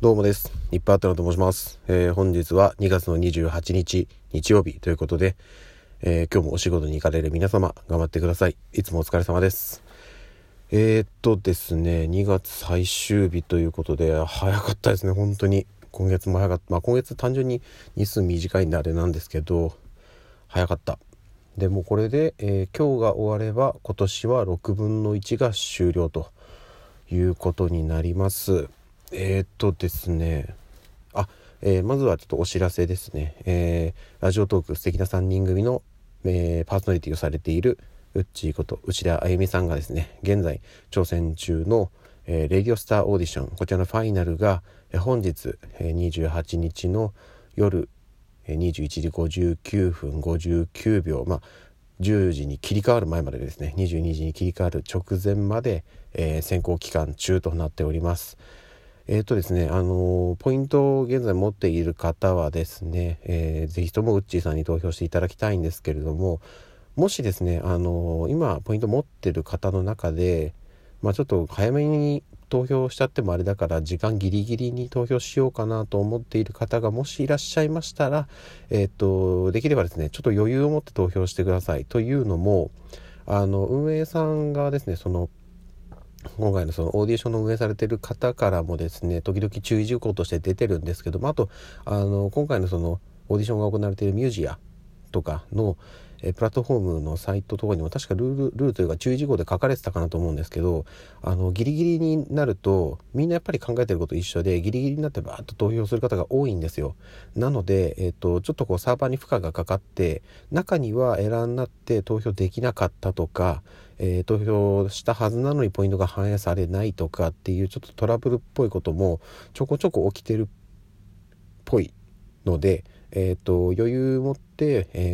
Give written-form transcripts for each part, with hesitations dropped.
どうもです。いっぱいあったのと申します。本日は2月の28日日曜日ということで、今日もお仕事に行かれる皆様頑張ってください。いつもお疲れ様です。ですね、2月最終日ということで早かったですね。本当に今月も早かった。今月単純に日数短いんであれなんですけど早かった。でもうこれで、今日が終われば今年は6分の1が終了ということになります。ですねまずはちょっとお知らせですね。ラジオトーク素敵な3人組の、パーソナリティをされているうっちーこと内田あゆみさんがですね、現在挑戦中の、レディオスターオーディション、こちらのファイナルが、本日、28日の夜、21時59分59秒、10時に切り替わる前までですね、22時に切り替わる直前まで、選考期間中となっております。ですね、ポイントを現在持っている方はですね、ぜひともウッチーさんに投票していただきたいんですけれども、もしですね、今ポイント持ってる方の中で、ちょっと早めに投票しちゃってもあれだから時間ギリギリに投票しようかなと思っている方がもしいらっしゃいましたら、できればですね、ちょっと余裕を持って投票してください。というのも、運営さんがですね、今回のそのオーディションの運営されている方からもですね、時々注意事項として出てるんですけども、あと今回のそのオーディションが行われているミュージアとかのプラットフォームのサイトとかにも確かルールというか注意事項で書かれてたかなと思うんですけど、ギリギリになるとみんなやっぱり考えてること一緒で、ギリギリになってバーッと投票する方が多いんですよ。なので、ちょっとこうサーバーに負荷がかかって、中にはエラーになって投票できなかったとか、投票したはずなのにポイントが反映されないとかっていうちょっとトラブルっぽいこともちょこちょこ起きてるっぽいので、余裕持って、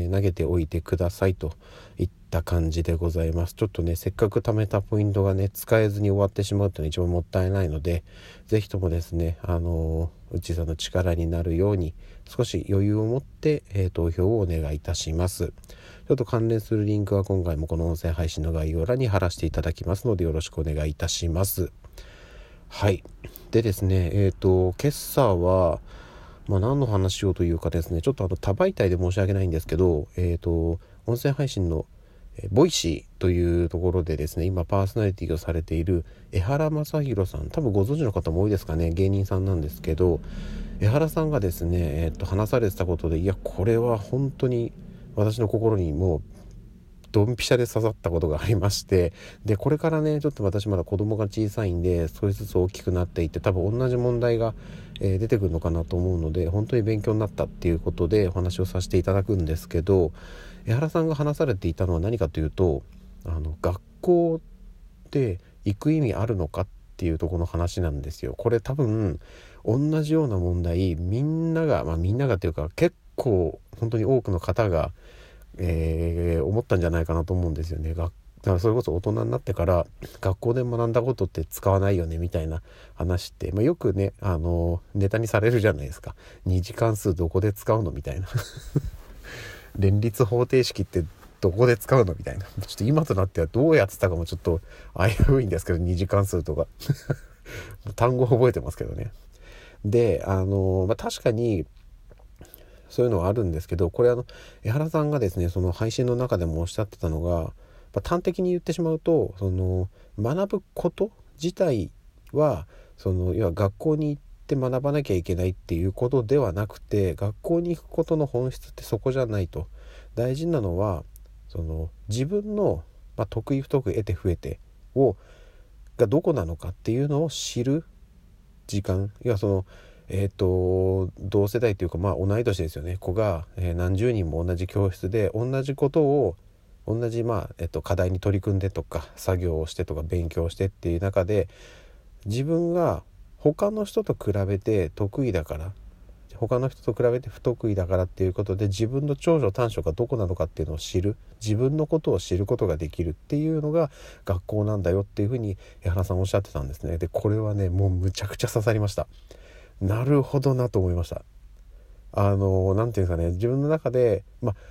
投げておいてくださいといった感じでございます。ちょっとね、せっかく貯めたポイントがね使えずに終わってしまうっていうのは一番もったいないので、ぜひともですね、うちさんの力になるように少し余裕を持って、投票をお願いいたします。ちょっと関連するリンクは今回もこの音声配信の概要欄に貼らせていただきますのでよろしくお願いいたします。はい。でですね、今朝は何の話をというかですね、ちょっと多媒体で申し訳ないんですけど、音声配信のボイシーというところでですね、今パーソナリティをされている江原正宏さん、多分ご存知の方も多いですかね、芸人さんなんですけど、江原さんがですね、話されてたことで、いやこれは本当に私の心にもうドンピシャで刺さったことがありまして、でこれからね、ちょっと私まだ子供が小さいんで少しずつ大きくなっていって、多分同じ問題が、出てくるのかなと思うので、本当に勉強になったっていうことでお話をさせていただくんですけど、江原さんが話されていたのは何かというと、学校って行く意味あるのかっていうところの話なんですよ。これ多分同じような問題みんながっていうか結構本当に多くの方が思ったんじゃないかなと思うんですよね。だからそれこそ大人になってから学校で学んだことって使わないよねみたいな話って、よくねネタにされるじゃないですか。二次関数どこで使うのみたいな連立方程式ってどこで使うのみたいな、ちょっと今となってはどうやってたかもちょっと危ういんですけど、二次関数とか単語覚えてますけどね。で確かにそういうのはあるんですけど、これ江原さんがですね、その配信の中でもおっしゃってたのが、端的に言ってしまうと、学ぶこと自体は要は学校に行って学ばなきゃいけないっていうことではなくて、学校に行くことの本質ってそこじゃないと。大事なのは自分の、得意不得意得て増えてがどこなのかっていうのを知る時間、要は同世代というか同い年ですよね。子が、何十人も同じ教室で同じことを同じ課題に取り組んでとか作業をしてとか勉強してっていう中で、自分が他の人と比べて得意だから他の人と比べて不得意だからっていうことで、自分の長所短所がどこなのかっていうのを知る、自分のことを知ることができるっていうのが学校なんだよっていうふうに江原さんおっしゃってたんですね。でこれはね、もうむちゃくちゃ刺さりました。なるほどなと思いました。なんていうんですかね、自分の中で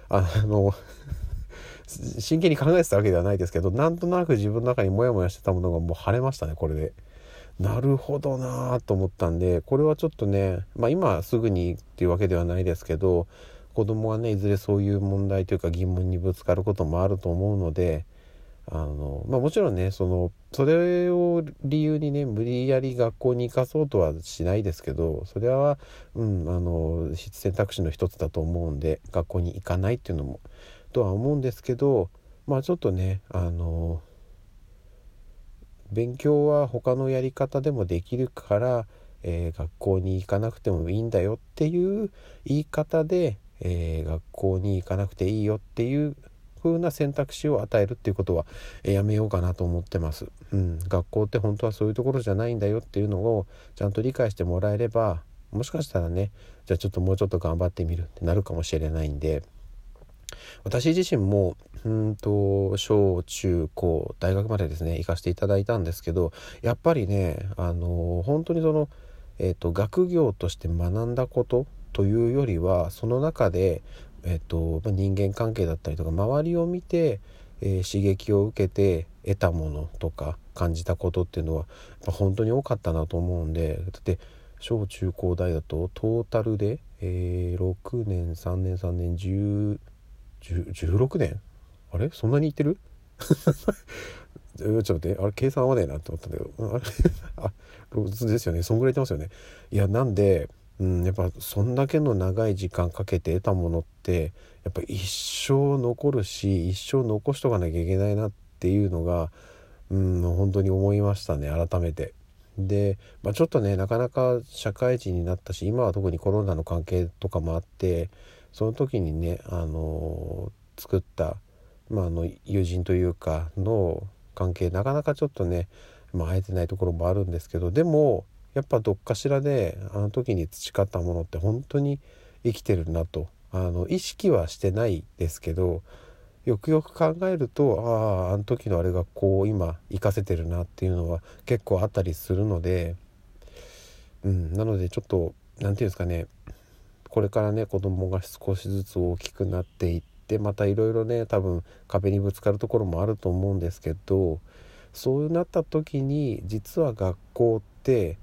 真剣に考えてたわけではないですけど、なんとなく自分の中にモヤモヤしてたものがもう晴れましたね、これで。 なるほどなと思ったんで、これはちょっとね、今すぐにっていうわけではないですけど、子供はねいずれそういう問題というか疑問にぶつかることもあると思うので、もちろんねそれを理由にね無理やり学校に行かそうとはしないですけど、それは選択肢の一つだと思うんで、学校に行かないっていうのもとは思うんですけど、ちょっとね勉強は他のやり方でもできるから、学校に行かなくてもいいんだよっていう言い方で、学校に行かなくていいよっていう風な選択肢を与えるっていうことは、やめようかなと思ってます。学校って本当はそういうところじゃないんだよっていうのをちゃんと理解してもらえれば、もしかしたらね、じゃあちょっともうちょっと頑張ってみるってなるかもしれないんで、私自身も小中高大学までですね行かせていただいたんですけど、やっぱりね本当に学業として学んだことというよりは、その中で人間関係だったりとか周りを見て、刺激を受けて得たものとか感じたことっていうのはやっぱ本当に多かったなと思うんで、だって小中高大だとトータルで、6年3年3年16年、あれそんなにいってるちょっと待って、あれ計算合わねえなって思ったんだけど、あれですよね、そんぐらい言ってますよね。いやなんで、やっぱそんだけの長い時間かけて得たものってやっぱ一生残るし、一生残しとかなきゃいけないなっていうのが本当に思いましたね、改めて。で、ちょっとねなかなか社会人になったし、今は特にコロナの関係とかもあって、その時にね作った、友人というかの関係なかなかちょっとね、会えてないところもあるんですけど、でもやっぱどっかしらであの時に培ったものって本当に生きてるなと、意識はしてないですけど、よくよく考えると、あの時のあれがこう今活かせてるなっていうのは結構あったりするので、なのでちょっとなんていうんですかね、これからね子供が少しずつ大きくなっていって、またいろいろね多分壁にぶつかるところもあると思うんですけど、そうなった時に実は学校って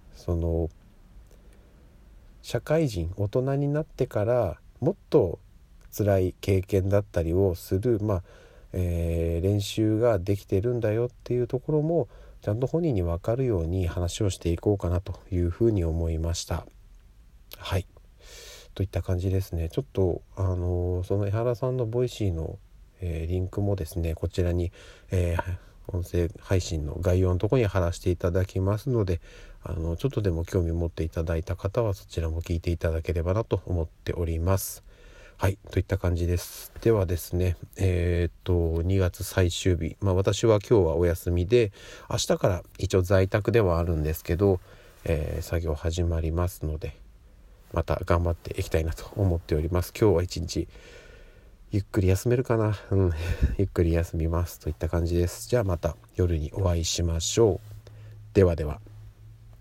社会人大人になってからもっと辛い経験だったりをする、練習ができてるんだよっていうところもちゃんと本人に分かるように話をしていこうかなというふうに思いました。はい、といった感じですね。ちょっとその江原さんのボイシーの、リンクもですねこちらに、音声配信の概要のところに貼らせていただきますので、ちょっとでも興味持っていただいた方はそちらも聞いていただければなと思っております。はい、といった感じです。ではですね、2月最終日、私は今日はお休みで、明日から一応在宅ではあるんですけど、作業始まりますので、また頑張っていきたいなと思っております。今日は一日ゆっくり休めるかな、ゆっくり休みますといった感じです。じゃあまた夜にお会いしましょう。ではでは。